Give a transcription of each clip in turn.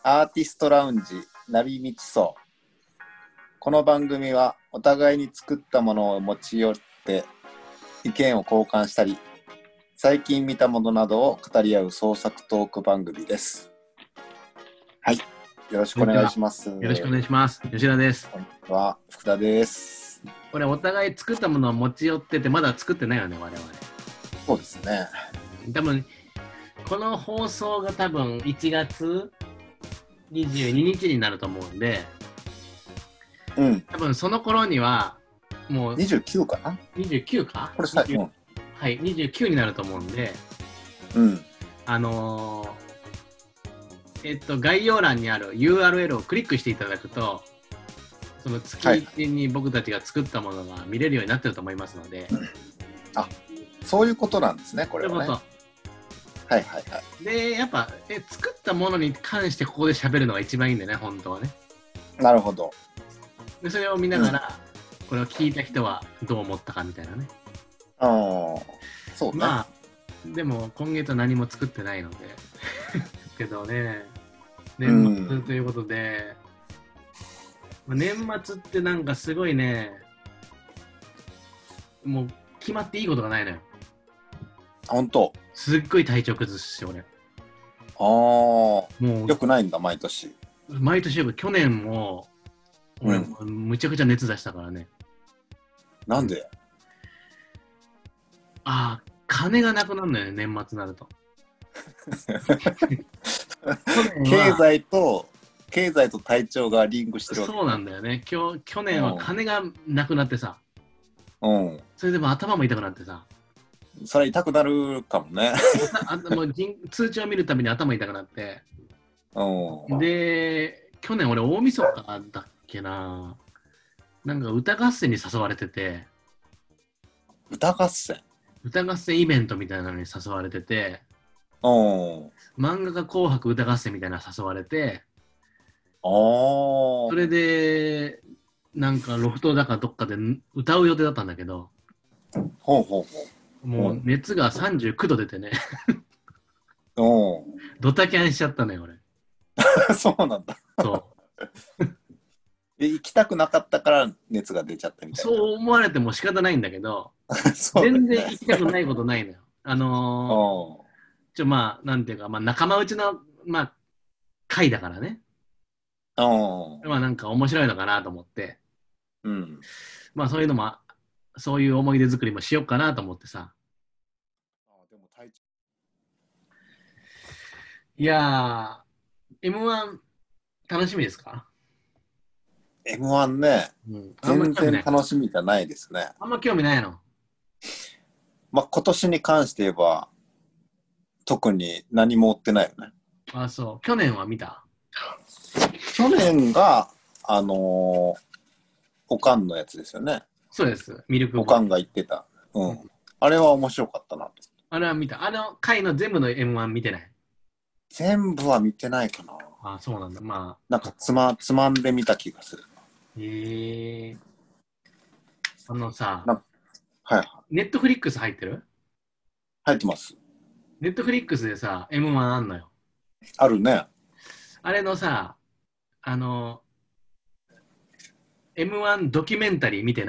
アーティストラウンジナビミチソ。この番組はお互いに作ったものを持ち寄って意見を交換したり、最近見たものなどを語り合う創作トーク番組です。はい、よろしくお願いします。 よろしくお願いします。吉田です。 こんにちは、福田です。 これお互い作ったものを持ち寄っててまだ作ってないよね、我々。 そうですね。 多分この放送が多分1月22日になると思うんで、多分その頃にはもう 29かな ?29 かこれ最後。 はい、29になると思うんで、概要欄にある URL をクリックしていただくと、その月1に僕たちが作ったものが見れるようになってると思いますので。 あ、そういうことなんですね、これはね。 そういうこと。 はいはいはい。 で、やっぱ作ったものに関してここで喋るのが一番いいんだよね、本当はね。 なるほど。 でそれを見ながら、これを聞いた人はどう思ったかみたいなね。 そうね。 まあ、でも今月は何も作ってないので。けどね、年末ということで、年末ってなんかすごいね、もう決まっていいことがないのよ。 本当。 すっごい体調崩すし、俺。 もうよくないんだ、毎年。 毎年よく、去年も、俺、むちゃくちゃ熱出したからね。 なんで？ 金がなくなるのよね、年末になると。 経済と体調がリンクしてるわけ。 そうなんだよね。去年は金がなくなってさ。それでも頭も痛くなってさ。 それ痛くなるかもね。 もう通知を見るたびに頭痛くなって。で、去年俺大晦日だっけな。なんか歌合戦に誘われてて。 歌合戦イベントみたいなのに誘われてて。漫画家紅白歌合戦みたいなの誘われて。それで、なんかロフトだかどっかで歌う予定だったんだけど。もう熱が39度出てね。ドタキャンしちゃったね、俺。 そうなんだ。 そう。 行きたくなかったから熱が出ちゃったみたいな。 そう思われても仕方ないんだけど、全然行きたくないことないのよ。まあ、なんていうか、まあ、仲間内の、まあ、会だからね。まあ、なんか面白いのかなと思って。まあ、そういうのも、そういう思い出作りもしようかなと思ってさ。いやー、M1 楽しみですか？ M1 ね、全然楽しみじゃないですね。 あんま興味ないの？ まあ今年に関して言えば、特に何も追ってないよね。 そう。去年は見た？ 去年が、おかんのやつですよね。 そうです。ミルクボーイ。 おかんが言ってた。あれは面白かったなと。 あれは見た。回の全部の M1 見てない？ 全部は見てないかな。 そうなんだ。まあ。 なんかつまんで見た気がする。 さ、 はい。 ネットフリックス入ってる？ 入ってます。 ネットフリックスでさ、M1 あんのよ。 あるね。あれのさ、M1 ドキュメンタリー見てない？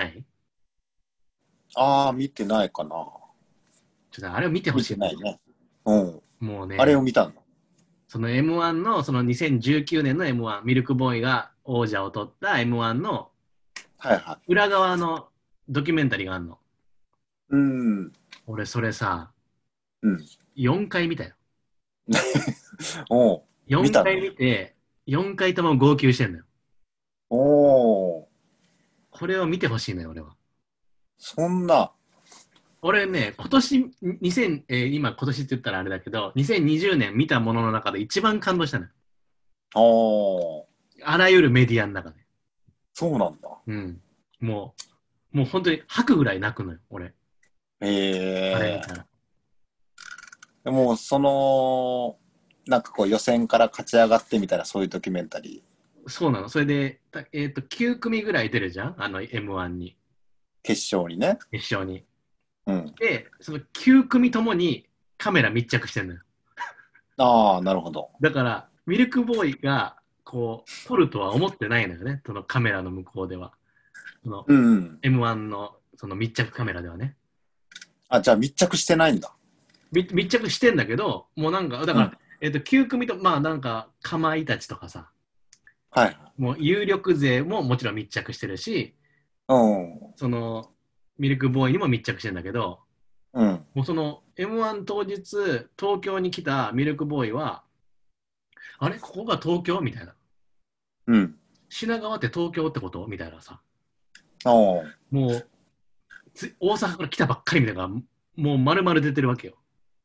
見てないかな。 ちょっとあれを見てほしい。 見てないね。 もうね。 あれを見たの？ その M1 の、その2019年の M1、ミルクボーイが王者を取った M1 の裏側のドキュメンタリーがあるの。俺それさ、4回見たよ。4回見て、4回とも号泣してんのよ。これを見てほしいのよ、俺は。 そんな。 俺ね、今年って言ったらあれだけど、2020年見たものの中で一番感動したのよ。あらゆるメディアの中で。 そうなんだ。 もう本当に吐くぐらい泣くのよ、俺。あれ見たら。 でも、なんかこう予選から勝ち上がってみたいな、そういうドキュメンタリー。そうなの。それで、9組ぐらい出るじゃん、M1 に。 決勝にね。 決勝に。で、その9組ともにカメラ密着してんのよ。 なるほど。 だから、 ミルクボーイがこう撮るとは思ってないのよね、そのカメラの向こうでは。その M1 のその密着カメラではね。 あ、じゃあ密着してないんだ。 密着してんだけど、もうなんか、だから、9組と、まあなんか、かまいたちとかさ、 はい。 もう有力勢ももちろん密着してるし、そのミルクボーイにも密着してんだけど、もうその M1 当日、東京に来たミルクボーイは、あれここが東京みたいな。品川って東京ってことみたいなさ。もう、大阪から来たばっかりみたいな、もう丸々出てるわけよ。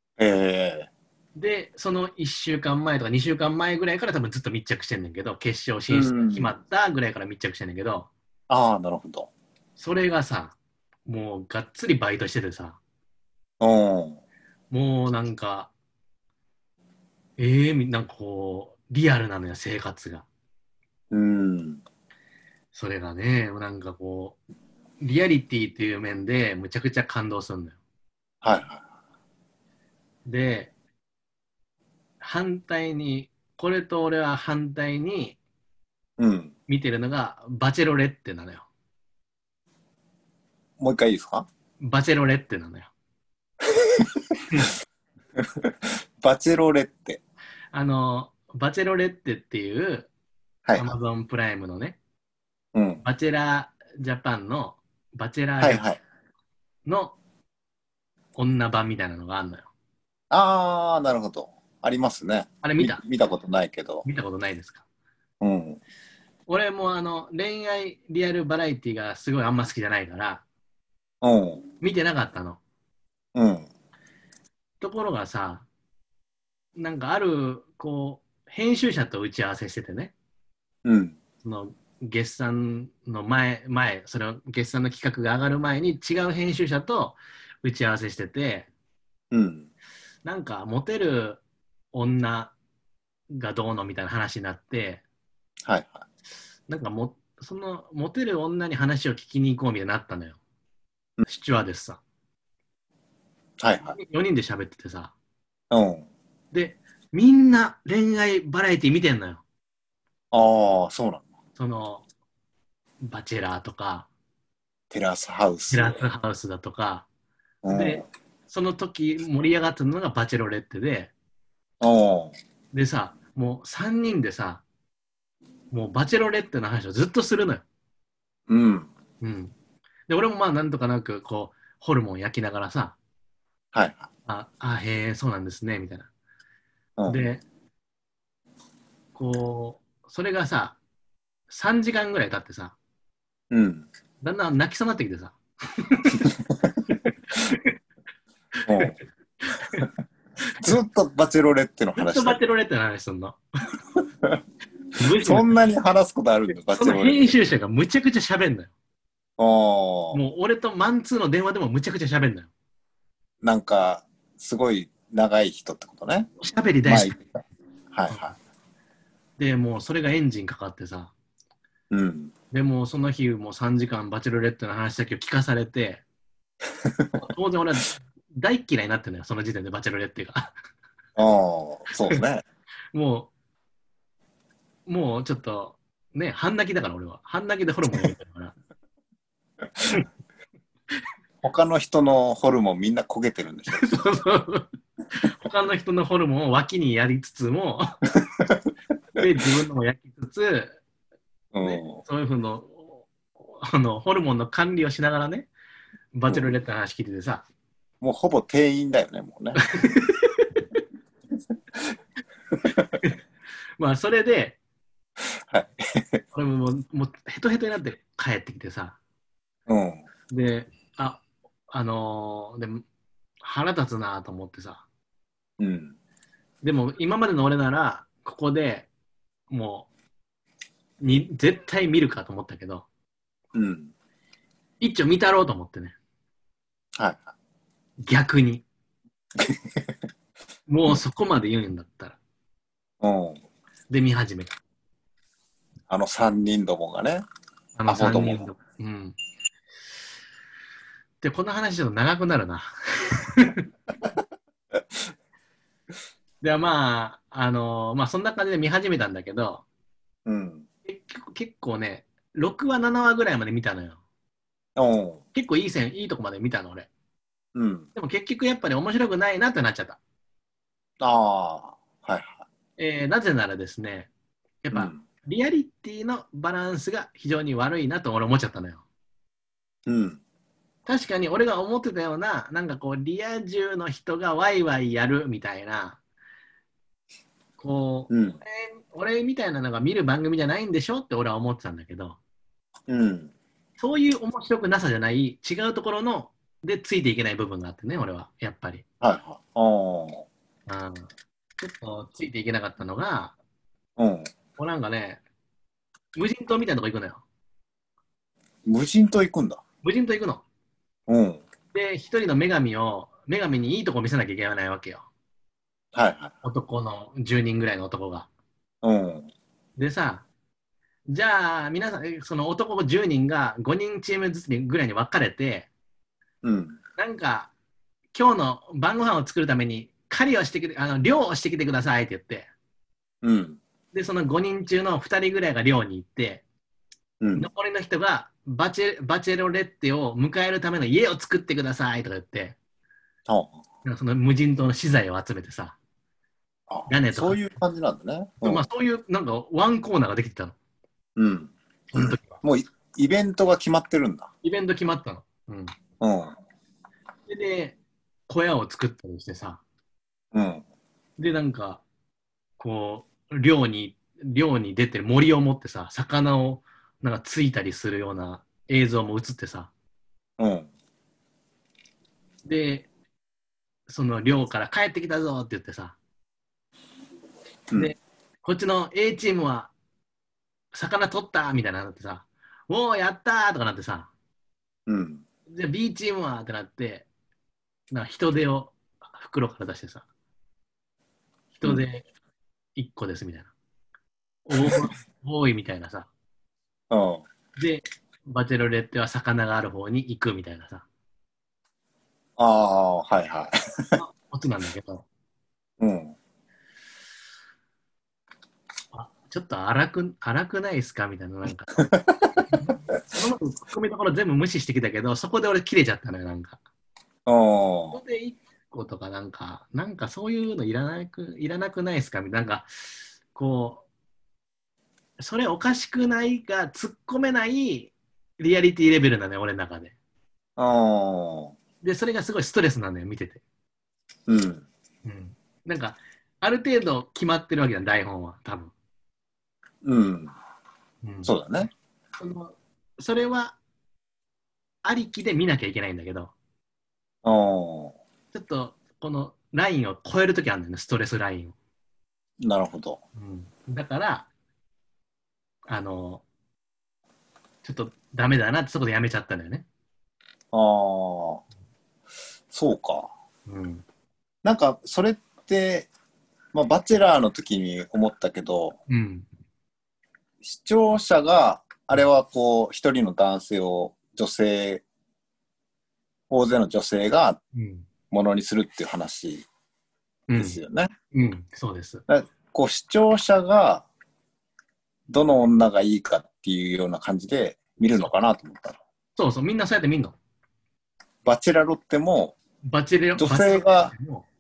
で、その1週間前とか2週間前ぐらいから多分ずっと密着してんねんけど、決勝進出決まったぐらいから密着してんねんけど、 ああ、なるほど。 それがさ、もうがっつりバイトしててさ、もうなんか、なんかこう、リアルなのよ、生活が。それがね、なんかこう、リアリティっていう面でむちゃくちゃ感動するんだよ。 はいはい。 で、反対に、これと俺は反対に見てるのが、バチェロレッテなのよ。 もう一回いいですか？ バチェロレッテなのよ。 バチェロレッテ。 バチェロレッテっていう、Amazon プライムのね、バチェラージャパンの、バチェラージャパンの女版みたいなのがあるのよ。 ああ、なるほど。ありますね。 あれ見たことないけど。 見たことないですか？俺も恋愛リアルバラエティがすごいあんま好きじゃないから、見てなかったの。ところがさ、なんかある、こう、編集者と打ち合わせしててね、その月産の前、それを月産の企画が上がる前に違う編集者と打ち合わせしてて、なんかモテる女がどうのみたいな話になって、なんかそのモテる女に話を聞きに行こうみたいになったのよ。シチュワーデスさん。4人で喋っててさ。で、みんな恋愛バラエティ見てんのよ。 ああ、そうなんだ。 その、バチェラーとか、 テラスハウスだとか、で、その時盛り上がったのがバチェロレッテで、でさ、もう3人でさ、もうバチェロレッテの話をずっとするのよ。で、俺もまあなんとかなく、こう、ホルモン焼きながらさ、へえ、そうなんですね、みたいな。で、こう、それがさ、3時間ぐらい経ってさ、だんだん泣きそうになってきてさ。 ずっとバチェロレッテの話。 ずっとバチェロレッテの話すんの。 そんなに話すことあるんだ、バチェロレッテ。 その編集者がむちゃくちゃ喋んのよ。もう俺とマンツーの電話でもむちゃくちゃ喋んのよ。 なんか、すごい長い人ってことね。 喋り大好き。で、もうそれがエンジンかかってさ。でもその日もう3時間バチェロレッテの話だけを聞かされて、当然俺は大嫌いになってるのよ、その時点でバチェロレッテが。 そうですね。 もうちょっと、ね、半泣きだから俺は。半泣きでホルモン入れてるから。 他の人のホルモンみんな焦げてるんでしょ。 そうそう。他の人のホルモンを脇にやりつつも、で、自分のも焼きつつ、そういうふうの、ホルモンの管理をしながらね、バチェロレッテの話聞いててさ。 もうほぼ店員だよね、もうね。 まあ、それで、俺ももうヘトヘトになって帰ってきてさ。で、でも腹立つなと思ってさ。でも今までの俺なら、ここでもう絶対見るかと思ったけど、一丁見たろうと思ってね。逆に。もうそこまで言うんだったら。で、見始めた。 あの3人どもがね。 あの3人ども。で、この話ちょっと長くなるな。で、ままあそんな感じで見始めたんだけど、 うん。 結構ね、6話、7話ぐらいまで見たのよ。 おう。 結構いいとこまで見たの、俺。 うん。 でも結局やっぱり面白くないなってなっちゃった。 ああ、はいはい。 なぜならですね、やっぱうん。 リアリティのバランスが非常に悪いなと俺思っちゃったのよ。 うん。確確かに俺が思ってたような、なんかこう、リア充の人がワイワイやるみたいな、こう、 うん。 俺みたいなのが見る番組じゃないんでしょって俺は思ってたんだけど、 うん。 そういう面白くなさじゃない、違うところのでついていけない部分があってね、俺は、やっぱり。 はいはい。おー。 うん、ちょっとついていけなかったのが、 うん。 もうなんかね、無人島みたいなとこ行くのよ。 無人島行くんだ。 無人島行くの。 うん。 で、一人の女神にいいとこ見せなきゃいけないわけよ。 はいはい。 男の10人ぐらいの男が。 うん。 でさ、じゃあ皆さん、その男10人が5人チームずつぐらいに分かれて、 うん。 なんか今日の晩ご飯を作るために狩りをしてきて、漁をしてきてくださいって言って、 うん。 で、その5人中の2人ぐらいが漁に行って、 うん。 残りの人がバチェロレッテを迎えるための家を作ってくださいとか言って、 あその無人島の資材を集めてさ、 あ、 屋根とか、 そういう感じなんだね。うん。 まあそういうなんかワンコーナーができてたの、 うん。 その時は。 もうイベントが決まってるんだ。 イベント決まったの。うん。 うん。 で、小屋を作ったりしてさ、 うん。 で、なんか、こう、漁に出てる森を持ってさ、魚をなんかついたりするような映像も映ってさ、 うん。 で、その漁から帰ってきたぞって言ってさ、 うん。 で、こっちの A チームは魚取ったみたいなのってさ、おお、やったーとかなってさ、 うん。 じゃあ B チームはってなって、なんか人手を袋から出してさ、 うん。 人手1個ですみたいな。多いみたいなさ。 うん。 で、バチェロレッテは魚がある方に行くみたいなさ、 ああ、はいはい。 オチなんだけど、 うん。 ちょっと荒くないですかみたいな、なんか。今までツッコミどころ全部無視してきたけど、そこで俺切れちゃったのよ、なんか。 ああ。 ここで1個とかなんかそういうのいらなくないですかみたいな、なんか、こそれおかしくないが、突っ込めないリアリティレベルなのよ、俺の中で。 ああ。 で、それがすごいストレスなのよ、見てて。 うん。 うん。なんか、ある程度決まってるわけだ、台本は、多分。 うん。 うん。 そうだね。 そのそれはありきで見なきゃいけないんだけど、 ああ。 ちょっとこのラインを超えるときあるんだよね、ストレスラインを。 なるほど。 うん、だから、あの、ちょっとダメだなってそこでやめちゃったんだよね。 ああ。そうか。 うん。 なんか、それって、まあ、バチェラーの時に思ったけど、 うん。 視聴者が、あれはこう、一人の男性を女性、大勢の女性がうん。 ものにするっていう話うん。 ですよね。 うん。そうです。 こう、視聴者が、どの女がいいかっていうような感じで見るのかなと思ったの。 そうそう、みんなそうやって見んの。 バチェラロッテも、女バチェロレッ性が、 テも、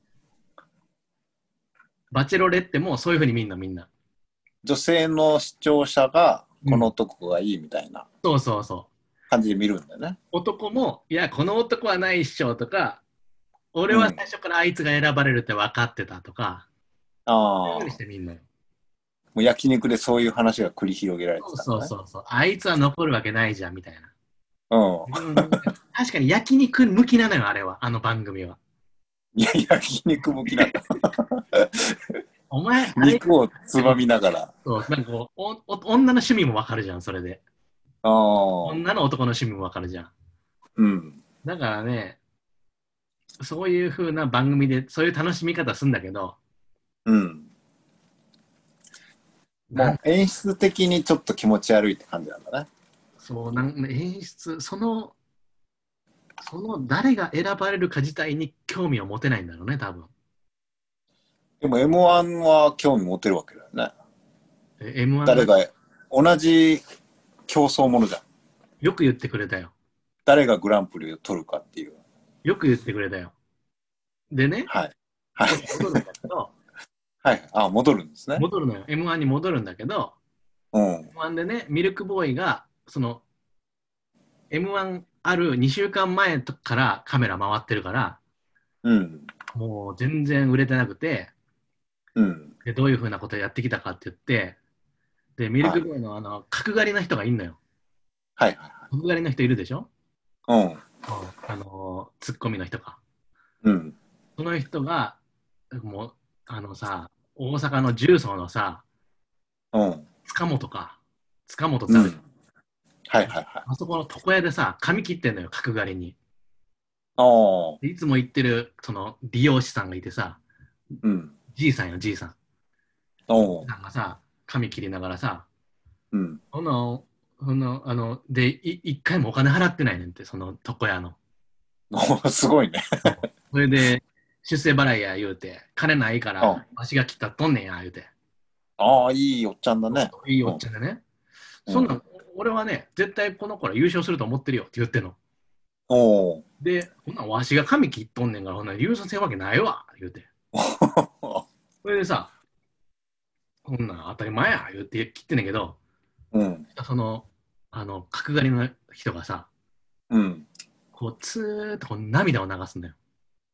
バチェロレッテもそういうふうに見んの、みんな。 女性の視聴者が、このうん。 男がいいみたいなそうそうそう。 感じで見るんだよね。 男も、いや、この男はないっしょとか、俺うん。 は最初からあいつが選ばれるって分かってたとか、そういうふうにしああ。 てみんのよ。 もう焼肉でそういう話が繰り広げられてそうたのね。 そうそうそう。あいつは残るわけないじゃんみたいな。 うん。 うん、確かに焼肉向きなのよ、あれは、あの番組は。 いや、焼肉向きなんだ。 お前、あれ、 肉をつまみながら。 そうなんかこう女の趣味もわかるじゃん、それで。 ああ。 女の男の趣味もわかるじゃん。 うん。 だからね、そういう風な番組で、そういう楽しみ方するんだけど、 うん。 なんもう演出的にちょっと気持ち悪いって感じなんだね。 そうなん演出、その誰が選ばれるか自体に興味を持てないんだろうね、多分。 でも M1 は興味持てるわけだよね。 M1 誰が同じ競争ものじゃん。 よく言ってくれたよ。 誰がグランプリを取るかっていう。 よく言ってくれたよ。でね、 はい。はい。 戻るんだけど、 はい。あ、戻るんですね。 戻るのよ。M1 に戻るんだけど、M1 でね、ミルクボーイが、その、M1 ある2週間前からカメラ回ってるから、もう全然売れてなくて、でどういうふうなことをやってきたかって言って、で、ミルクボーイの角刈りな人がいんのよ。 はいはい。 角刈りの人いるでしょ？ツッコミの人か。その人が、もう、さ、大阪の重曹のさ、塚本ってあるじゃん。 はいはいはい。 あそこの床屋でさ、髪切ってんのよ、角刈りに。いつも行ってる、その、美容師さんがいてさ、じいさんよ、じいさん。じいさんがさ、髪切りながらさ、で、一回もお金払ってないねんって、その床屋の。 すごいね。 それで、出世払いや言うて、金ないから、わしが切ったっとんねんや、言うて。 ああ、いいおっちゃんだね。 いいおっちゃんだね。そんな、俺はね、絶対この子ら優勝すると思ってるよって言ってんの。で、ほんなわしが髪切っとんねんから、ほんな優勝せんわけないわ、言うて。それでさ、ほんな当たり前や、言うて切ってんねんけど、その、角刈りの人がさ、こう、ツーッとこう涙を流すんだよ。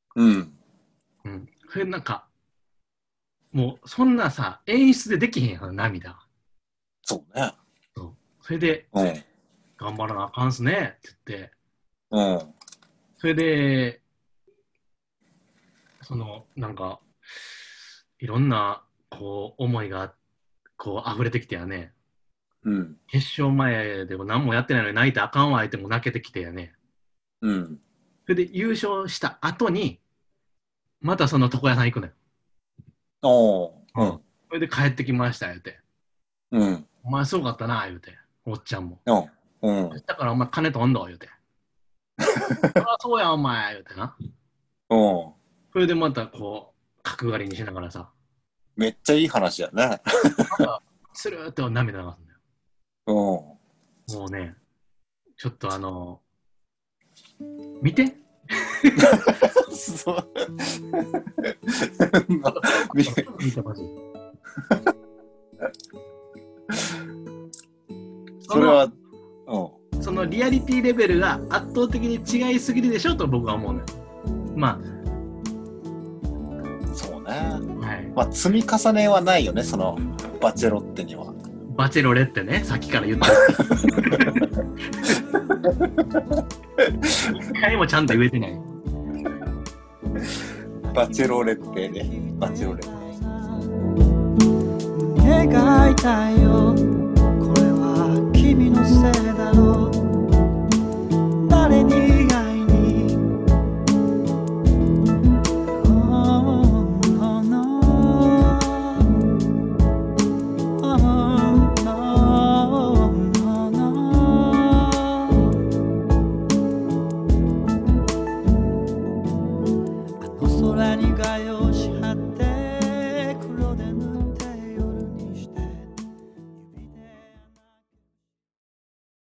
それなんか、もう、そんなさ、演出でできへんやん、涙。 そうね。 それで、頑張らなあかんすねって言って、それで、その、なんか、いろんな、こう、思いが、こう、溢れてきてやね。決勝前でも何もやってないのに泣いてあかんわ相手も泣けてきてやね。それで優勝した後に、またその床屋さん行くのよ。それで帰ってきました、言うて。お前すごかったな、言うて。おっちゃんも。だからお前金とんど、言うて。そりゃそうや、お前、言うてな。それでまたこう、角刈りにしながらさ。 めっちゃいい話やね。 スルーって涙流すんだよ。もうね、ちょっと見て。見てほしい。それは、そのリアリティレベルが圧倒的に違いすぎるでしょと僕は思うのよ。まあ、 そうね。はい。まあ、積み重ねはないよね、そのバチェロッテには。 バチェロレってね、さっきから言ってる。一回もちゃんと言えてない。 バチェロレッテね。バチェロレッテ。 描いたよ